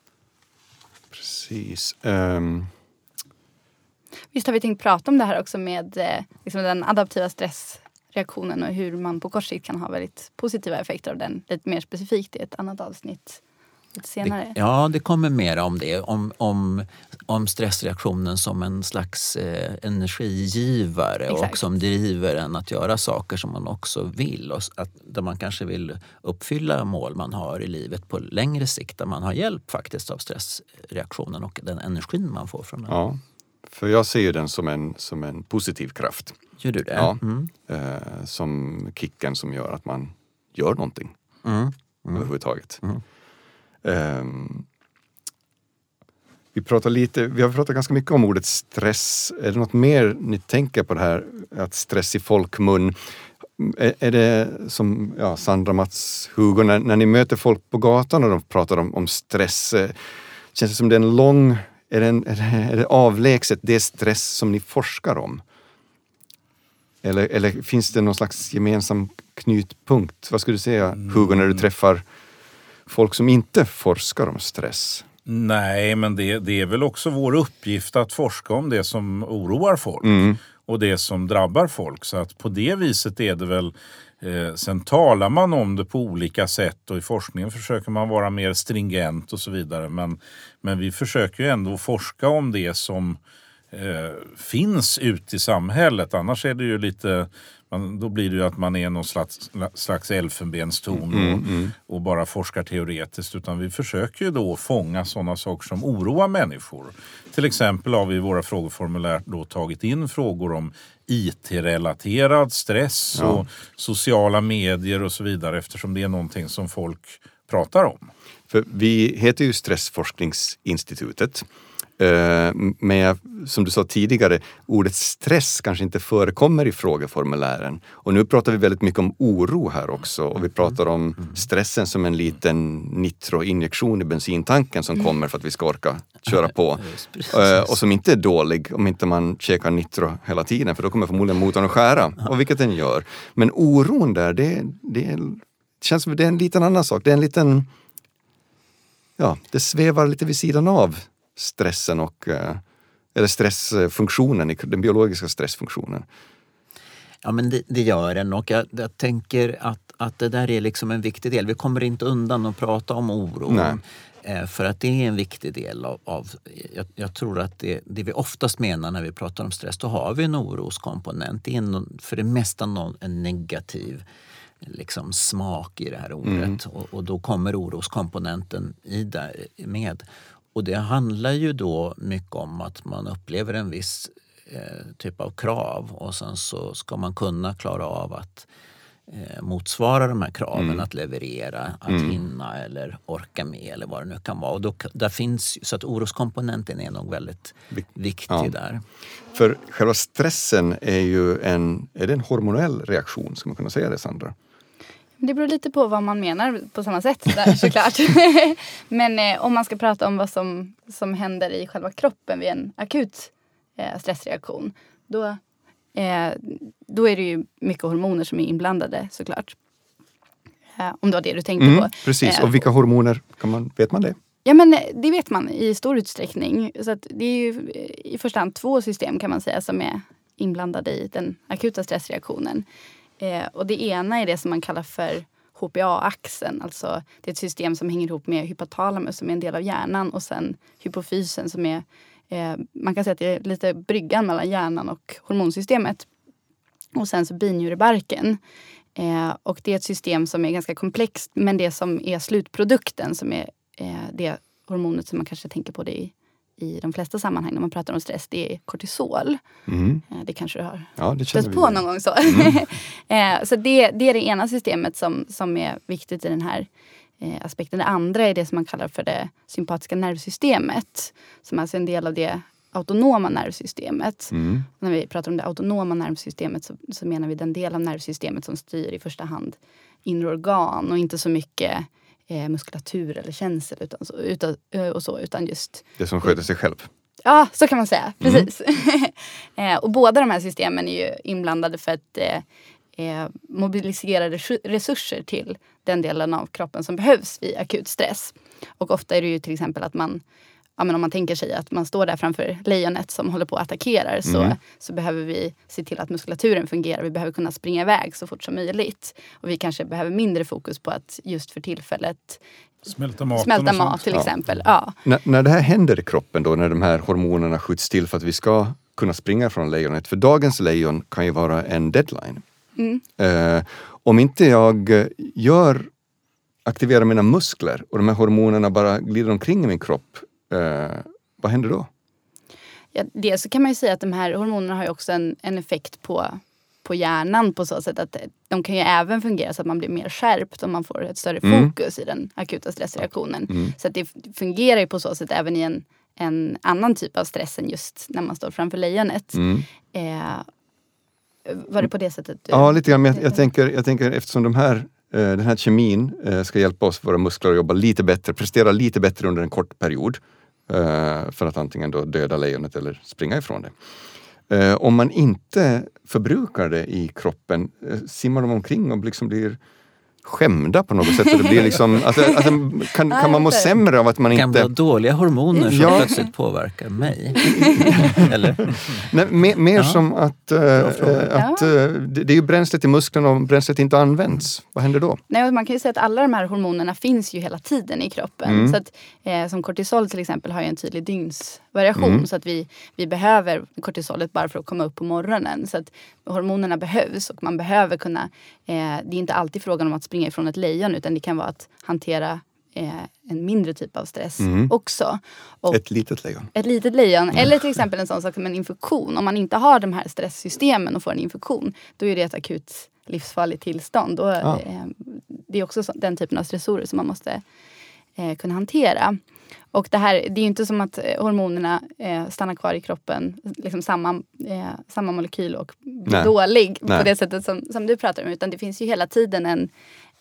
Precis. Visst har vi tänkt prata om det här också med liksom den adaptiva stressreaktionen och hur man på kort sikt kan ha väldigt positiva effekter av den lite mer specifikt i ett annat avsnitt lite senare. Det kommer mer om det. Om stressreaktionen som en slags energigivare. Exakt. Och som driver en att göra saker som man också vill. Och där man kanske vill uppfylla mål man har i livet på längre sikt. Där man har hjälp faktiskt av stressreaktionen och den energin man får från den. Ja, för jag ser ju den som en positiv kraft. Gör du det? Ja, som kicken som gör att man gör någonting överhuvudtaget. Vi har pratat ganska mycket om ordet stress. Är det något mer ni tänker på det här att stress i folkmun? Är det som Sandra, Mats, Hugo, när ni möter folk på gatan och de pratar om stress, känns det som det är en lång är det avlägset det stress som ni forskar om? Eller finns det någon slags gemensam knutpunkt? Vad skulle du säga, Hugo, när du träffar folk som inte forskar om stress? Nej, men det är väl också vår uppgift att forska om det som oroar folk och det som drabbar folk. Så att på det viset är det väl, sen talar man om det på olika sätt och i forskningen försöker man vara mer stringent och så vidare. Men vi försöker ju ändå forska om det som finns ute i samhället. Annars är det ju lite, då blir det ju att man är någon slags elfenbenstorn och bara forskar teoretiskt, utan vi försöker ju då fånga sådana saker som oroar människor. Till exempel har vi i våra frågeformulär då tagit in frågor om IT-relaterad stress och sociala medier och så vidare, eftersom det är någonting som folk pratar om. För vi heter ju Stressforskningsinstitutet. Men som du sa tidigare, ordet stress kanske inte förekommer i frågeformulären. Och nu pratar vi väldigt mycket om oro här också. Och vi pratar om stressen som en liten nitroinjektion i bensintanken som kommer för att vi ska orka köra på. Och som inte är dålig om inte man käkar nitro hela tiden, för då kommer förmodligen motorn att skära. Och vilket den gör. Men oron där, det känns som det är en liten annan sak. Det är en liten... Ja, det svävar lite vid sidan av stressen och eller stressfunktionen, den biologiska stressfunktionen. Ja, men det gör den, och jag tänker att det där är liksom en viktig del. Vi kommer inte undan att prata om oro. För att det är en viktig del av jag tror att det vi oftast menar när vi pratar om stress, då har vi en oroskomponent. Det är för det mesta en negativ liksom smak i det här ordet. Och då kommer oroskomponenten i där med. Och det handlar ju då mycket om att man upplever en viss typ av krav, och sen så ska man kunna klara av att motsvara de här kraven, att leverera, att hinna eller orka med eller vad det nu kan vara. Och då, där finns, så att oroskomponenten är nog väldigt viktig där. För själva stressen är ju en hormonell reaktion, ska man kunna säga det, Sandra? Det beror lite på vad man menar på samma sätt där, såklart. Men om man ska prata om vad som händer i själva kroppen vid en akut stressreaktion, då är det ju mycket hormoner som är inblandade, såklart. Om det var det du tänkte på. Precis, och vilka hormoner vet man det? Ja, men det vet man i stor utsträckning. Så att det är ju i första hand 2 system, kan man säga, som är inblandade i den akuta stressreaktionen. Och det ena är det som man kallar för HPA-axeln. Alltså det är ett system som hänger ihop med hypotalamus, som är en del av hjärnan, och sen hypofysen som är, man kan säga att det är lite bryggan mellan hjärnan och hormonsystemet. Och sen så binjurebarken. Och det är ett system som är ganska komplext, men det som är slutprodukten, som är det hormonet som man kanske tänker på det i de flesta sammanhang när man pratar om stress, det är kortisol. Det kanske du har stött på någon gång. Så det är det ena systemet som är viktigt i den här aspekten. Det andra är det som man kallar för det sympatiska nervsystemet, som är alltså en del av det autonoma nervsystemet. När vi pratar om det autonoma nervsystemet så menar vi den del av nervsystemet som styr i första hand inre organ, och inte så mycket muskulatur eller känsel utan just det som sköter sig själv. Ja, så kan man säga. Precis. Och båda de här systemen är ju inblandade för att mobilisera resurser till den delen av kroppen som behövs vid akut stress. Och ofta är det ju till exempel att man, om man tänker sig att man står där framför lejonet som håller på att attackera, så behöver vi se till att muskulaturen fungerar. Vi behöver kunna springa iväg så fort som möjligt. Och vi kanske behöver mindre fokus på att just för tillfället smälta mat till exempel. Ja. När det här händer i kroppen då, när de här hormonerna skjuts till för att vi ska kunna springa från lejonet, för dagens lejon kan ju vara en deadline. Om inte jag aktiverar mina muskler och de här hormonerna bara glider omkring i min kropp, vad händer då? Ja, dels så kan man ju säga att de här hormonerna har ju också en effekt på hjärnan, på så sätt att de kan ju även fungera så att man blir mer skärpt om man får ett större fokus i den akuta stressreaktionen. Så att det fungerar ju på så sätt även i en annan typ av stress än just när man står framför lejonet. Var det på det sättet? Ja, lite grann. Men jag tänker eftersom den här kemin ska hjälpa oss, våra muskler, att jobba lite bättre, prestera lite bättre under en kort period. för att antingen då döda lejonet eller springa ifrån det. Om man inte förbrukar det i kroppen, simmar de omkring och liksom blir skämda på något sätt. Det blir liksom, kan man må sämre av att man inte... Gamla dåliga hormoner som plötsligt påverkar mig. Eller? Nej, mer som att det är ju bränslet i musklerna och bränslet inte används. Vad händer då? Nej, man kan ju säga att alla de här hormonerna finns ju hela tiden i kroppen. Så att, som kortisol till exempel har ju en tydlig dygnsvariation. Så att vi behöver kortisolet bara för att komma upp på morgonen. Så att hormonerna behövs och man behöver kunna... det är inte alltid frågan om att springa ifrån ett lejon, utan det kan vara att hantera en mindre typ av stress också. Och ett litet lejon. Ett litet lejon. Eller till exempel en sån sak som en infektion. Om man inte har de här stresssystemen och får en infektion, då är det ett akut livsfarligt tillstånd. Det är också den typen av stressorer som man måste kunna hantera. Och det är ju inte som att hormonerna stannar kvar i kroppen, liksom samma molekyl och blir dålig på det sättet som du pratar om. Utan det finns ju hela tiden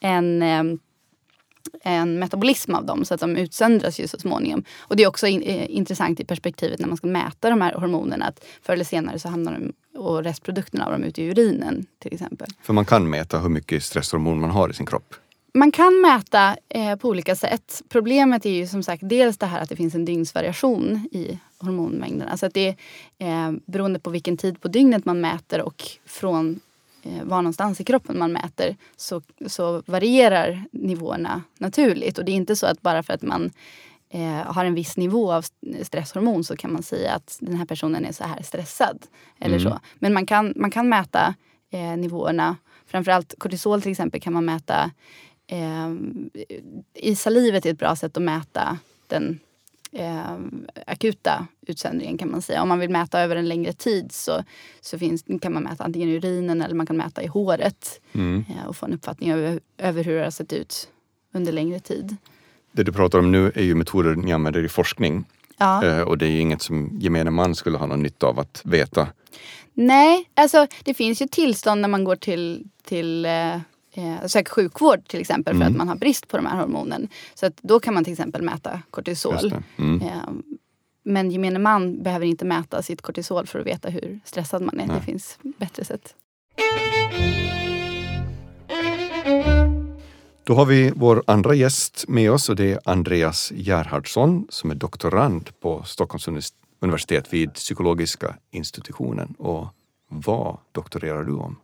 en metabolism av dem, så att de utsöndras ju så småningom. Och det är också intressant i perspektivet när man ska mäta de här hormonerna, att förr eller senare så hamnar de och restprodukterna av dem ute i urinen till exempel. För man kan mäta hur mycket stresshormon man har i sin kropp. Man kan mäta på olika sätt. Problemet är ju som sagt dels det här att det finns en dygnsvariation i hormonmängderna. Så att det är beroende på vilken tid på dygnet man mäter och från var någonstans i kroppen man mäter, så varierar nivåerna naturligt. Och det är inte så att bara för att man har en viss nivå av stresshormon så kan man säga att den här personen är så här stressad. Eller så. Men man kan mäta nivåerna. Framförallt kortisol till exempel kan man mäta i salivet är ett bra sätt att mäta den akuta utsöndringen kan man säga. Om man vill mäta över en längre tid så kan man mäta antingen i urinen eller man kan mäta i håret och få en uppfattning över hur det har sett ut under längre tid. Det du pratar om nu är ju metoder ni använder i forskning. Ja. Och det är ju inget som gemene man skulle ha någon nytta av att veta. Nej, alltså det finns ju tillstånd när man går till söker sjukvård till exempel för att man har brist på de här hormonen. Så att då kan man till exempel mäta kortisol. Men gemene man behöver inte mäta sitt kortisol för att veta hur stressad man är. Nej. Det finns bättre sätt. Då har vi vår andra gäst med oss och det är Andreas Gerhardsson som är doktorand på Stockholms universitet vid psykologiska institutionen. Och vad doktorerar du om?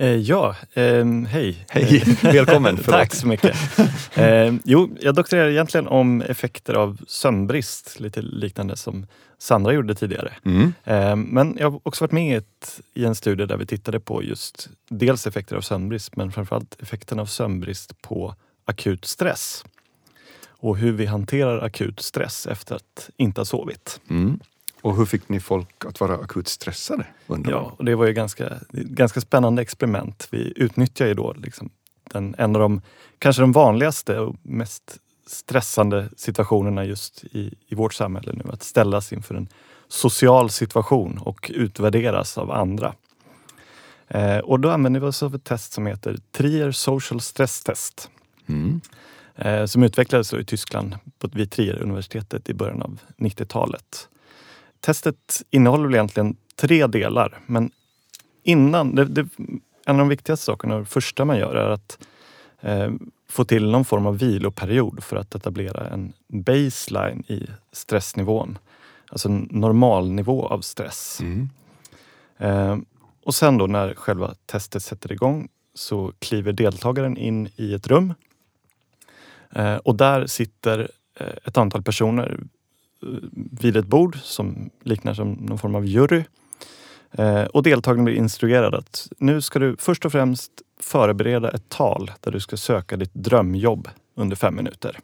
Hej. Hej, välkommen. Tack så mycket. Jag doktorerar egentligen om effekter av sömnbrist, lite liknande som Sandra gjorde tidigare. Men jag har också varit med i en studie där vi tittade på just dels effekter av sömnbrist, men framförallt effekten av sömnbrist på akut stress. Och hur vi hanterar akut stress efter att inte ha sovit. Och hur fick ni folk att vara akut stressade? Ja, och det var ju ganska spännande experiment. Vi utnyttjar ju då liksom en av de vanligaste och mest stressande situationerna just i vårt samhälle nu. Att ställas inför en social situation och utvärderas av andra. Och då använder vi oss av ett test som heter Trier Social Stress Test. Som utvecklades i Tyskland vid Trier-universitetet i början av 90-talet. Testet innehåller egentligen 3 delar, men innan, en av de viktigaste sakerna, det första man gör är att få till någon form av viloperiod för att etablera en baseline i stressnivån. Alltså en normalnivå av stress. Och sen då när själva testet sätter igång så kliver deltagaren in i ett rum. Och där sitter ett antal personer vid ett bord som liknar som någon form av jury. Och deltagaren blir instruerad att nu ska du först och främst förbereda ett tal där du ska söka ditt drömjobb under 5 minuter.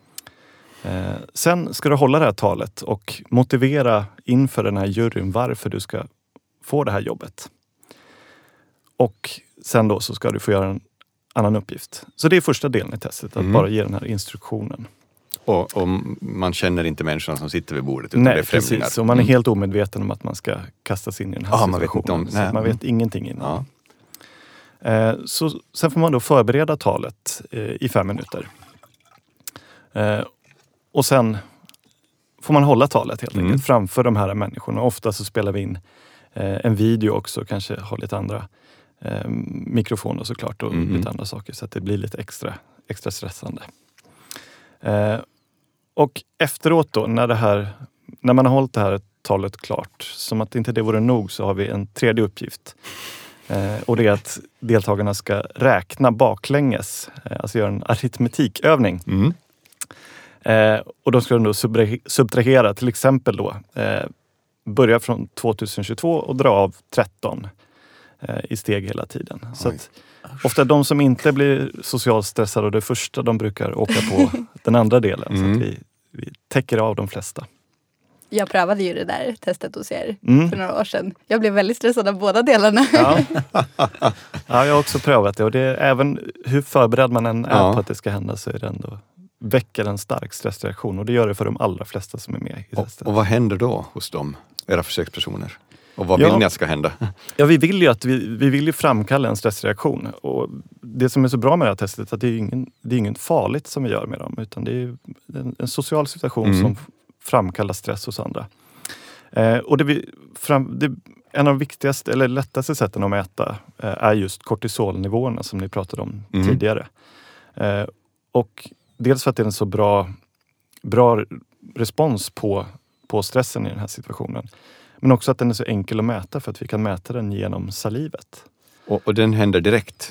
Sen ska du hålla det här talet och motivera inför den här juryn varför du ska få det här jobbet. Och sen då så ska du få göra en annan uppgift. Så det är första delen i testet, att bara ge den här instruktionen. Och man känner inte människorna som sitter vid bordet utan nej, det är främlingar. Precis. Och man är helt omedveten om att man ska kastas in i den här situationen. Man vet ingenting innan. Så sen får man då förbereda talet i 5 minuter. Och sen får man hålla talet helt enkelt framför de här människorna. Ofta så spelar vi in en video också, kanske har lite andra mikrofoner såklart och lite andra saker så att det blir lite extra stressande. Och efteråt då, när man har hållit det här talet klart, som att inte det vore nog, så har vi en tredje uppgift. Och det är att deltagarna ska räkna baklänges, alltså göra en aritmetikövning. Och då ska de då subtrahera, till exempel då börja från 2022 och dra av 13 i steg hela tiden. Så att ofta de som inte blir socialt stressade och det första, de brukar åka på den andra delen. Så att vi täcker av de flesta. Jag prövade ju det där testet hos er för några år sedan. Jag blev väldigt stressad av båda delarna. Ja, jag har också prövat det. Och det är, även hur förberedd man än är på att det ska hända, så är det ändå väcker en stark stressreaktion. Och det gör det för de allra flesta som är med i testet. Och vad händer då hos dem, era försökspersoner? Och vad vill ni att ska hända? Ja, vi vill ju vi vill ju framkalla en stressreaktion. Och det som är så bra med det här testet är att det är inget farligt som vi gör med dem. Utan det är en social situation som framkallar stress hos andra. Och en av de viktigaste eller lättaste sätten att mäta är just kortisolnivåerna som ni pratade om tidigare. Och dels för att det är en så bra respons på stressen i den här situationen. Men också att den är så enkel att mäta för att vi kan mäta den genom salivet. Och den händer direkt?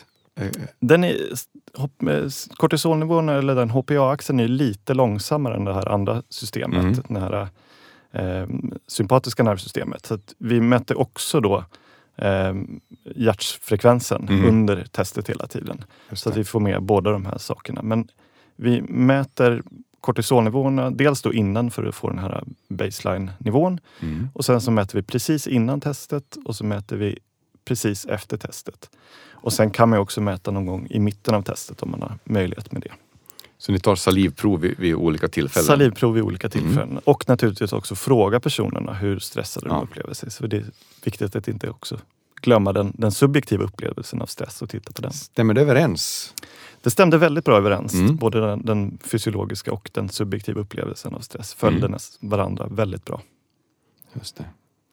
Kortisolnivån eller den HPA-axeln är lite långsammare än det här andra systemet. Det här sympatiska nervsystemet. Så att vi mäter också då hjärtfrekvensen under testet hela tiden. Så att vi får med båda de här sakerna. Men vi mäter kortisolnivåerna dels då innan för att få den här baseline-nivån. Och sen så mäter vi precis innan testet och så mäter vi precis efter testet. Och sen kan man också mäta någon gång i mitten av testet om man har möjlighet med det. Så ni tar salivprov vid olika tillfällen? Salivprov vid olika tillfällen. Och naturligtvis också fråga personerna hur stressade de upplever sig. Så det är viktigt att inte också glömma den subjektiva upplevelsen av stress och titta på den. Stämmer det överens? Det stämde väldigt bra överens. Både den fysiologiska och den subjektiva upplevelsen av stress följde varandra väldigt bra. Just det.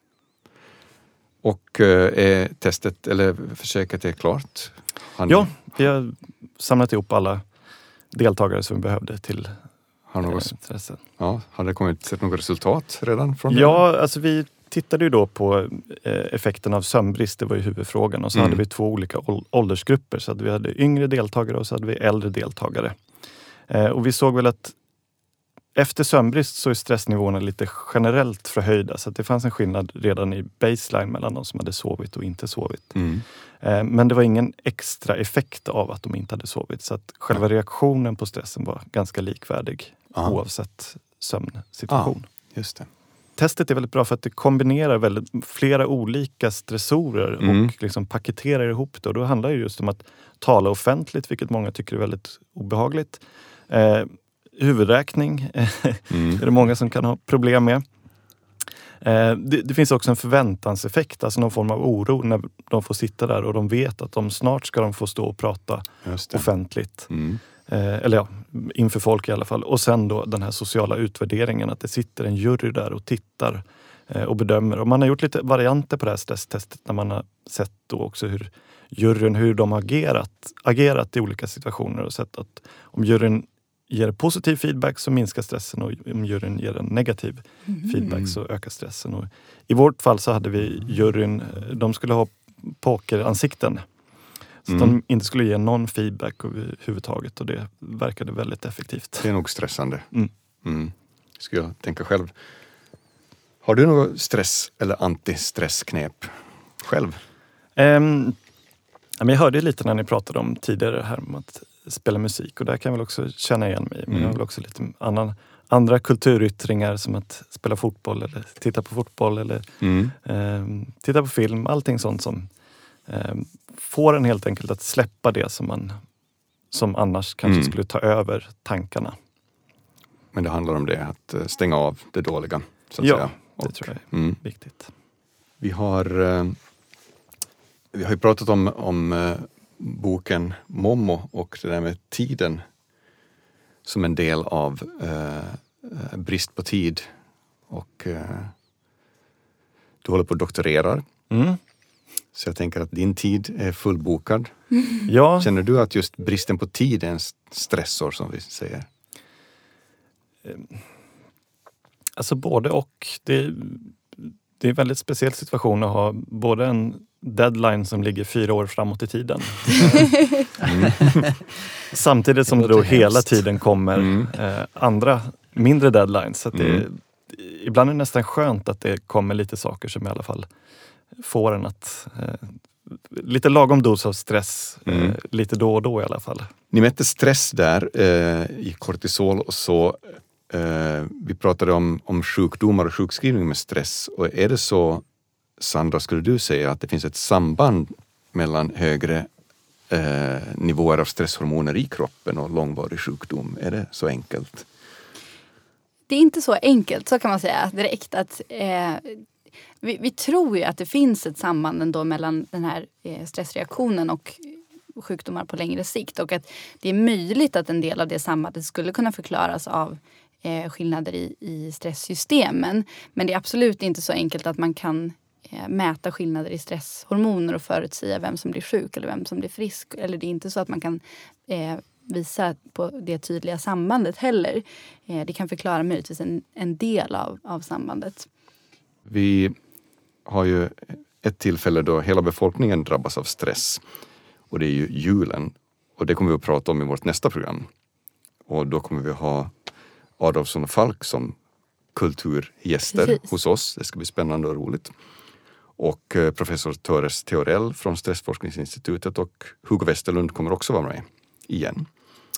Och är testet eller försöket är klart? Ja, vi har samlat ihop alla deltagare som vi behövde till stressen. Ja, har det kommit något resultat redan från det? Ja, alltså vi tittade ju då på effekten av sömnbrist, det var ju huvudfrågan. Och så hade vi 2 olika åldersgrupper. Så att vi hade yngre deltagare och så hade vi äldre deltagare. Och vi såg väl att efter sömnbrist så är stressnivåerna lite generellt förhöjda. Så att det fanns en skillnad redan i baseline mellan de som hade sovit och inte sovit. Men det var ingen extra effekt av att de inte hade sovit. Så att själva reaktionen på stressen var ganska likvärdig oavsett sömnsituation. Just det. Testet är väldigt bra för att det kombinerar flera olika stressorer och liksom paketerar ihop det. Och då handlar det just om att tala offentligt, vilket många tycker är väldigt obehagligt. Huvudräkning är det många som kan ha problem med. Det finns också en förväntanseffekt, alltså någon form av oro när de får sitta där och de vet att snart ska de få stå och prata offentligt. Eller inför folk i alla fall. Och sen då den här sociala utvärderingen, att det sitter en jury där och tittar och bedömer. Och man har gjort lite varianter på det här stresstestet när man har sett då också hur de har agerat i olika situationer och sett att om juryn ger positiv feedback så minskar stressen och om juryn ger en negativ feedback så ökar stressen. Och i vårt fall så hade vi juryn, de skulle ha pokeransikten. Så att de inte skulle ge någon feedback överhuvudtaget och det verkade väldigt effektivt. Det är nog stressande. Skulle jag tänka själv. Har du något stress- eller antistressknep själv? Jag hörde lite när ni pratade om tidigare här om att spela musik och där kan jag väl också känna igen mig. Men jag har väl också lite andra kulturyttringar som att spela fotboll eller titta på fotboll eller titta på film. Allting sånt som får en helt enkelt att släppa det som annars kanske skulle ta över tankarna. Men det handlar om det, att stänga av det dåliga. Så att säga. Det tror jag är viktigt. Vi har ju pratat om boken Momo och det där med tiden som en del av brist på tid Och du håller på att doktorera. Så jag tänker att din tid är fullbokad. Ja. Känner du att just bristen på tid är en stressor som vi säger? Alltså både och. Det är en väldigt speciell situation att ha både en deadline som ligger 4 år framåt i tiden. Samtidigt som det då hela tiden kommer andra mindre deadlines. Så att ibland är det nästan skönt att det kommer lite saker som i alla fall får en att lite lagom dos av stress lite då och då i alla fall. Ni mätte stress där i kortisol och så. Vi pratade om sjukdomar och sjukskrivning med stress. Och är det så, Sandra, skulle du säga att det finns ett samband mellan högre nivåer av stresshormoner i kroppen och långvarig sjukdom? Är det så enkelt? Det är inte så enkelt, så kan man säga direkt. Att vi tror ju att det finns ett samband ändå mellan den här stressreaktionen och sjukdomar på längre sikt. Och att det är möjligt att en del av det sambandet skulle kunna förklaras av skillnader i stresssystemen. Men det är absolut inte så enkelt att man kan mäta skillnader i stresshormoner och förutsäga vem som blir sjuk eller vem som blir frisk. Eller det är inte så att man kan visa på det tydliga sambandet heller. Det kan förklara möjligtvis en del av sambandet. Vi har ju ett tillfälle då hela befolkningen drabbas av stress. Och det är ju julen. Och det kommer vi att prata om i vårt nästa program. Och då kommer vi ha Adolfsson och Falk som kulturgäster hos oss. Det ska bli spännande och roligt. Och professor Töres Theorell från Stressforskningsinstitutet och Hugo Westerlund kommer också vara med igen.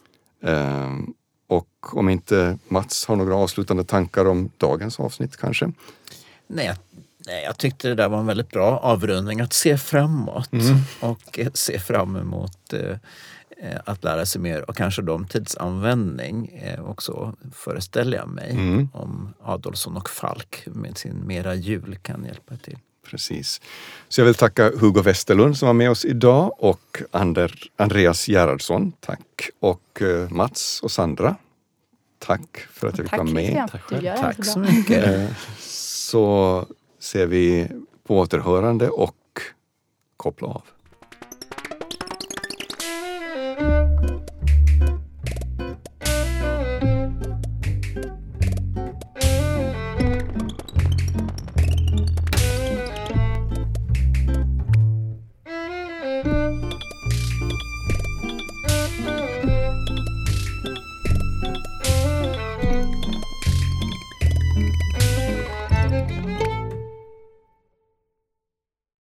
Och om inte Mats har några avslutande tankar om dagens avsnitt kanske? Nej, jag tyckte det där var en väldigt bra avrundning. Att se framåt och se fram emot att lära sig mer och kanske långtidsanvändning också, föreställer jag mig, om Adolfsson och Falk med sin mera jul kan hjälpa till. Precis. Så jag vill tacka Hugo Westerlund som var med oss idag och Andreas Gerhardsson, tack. Och Mats och Sandra, tack för att jag fick vara med. Tack så mycket. Så ser vi på återhörande och koppla av.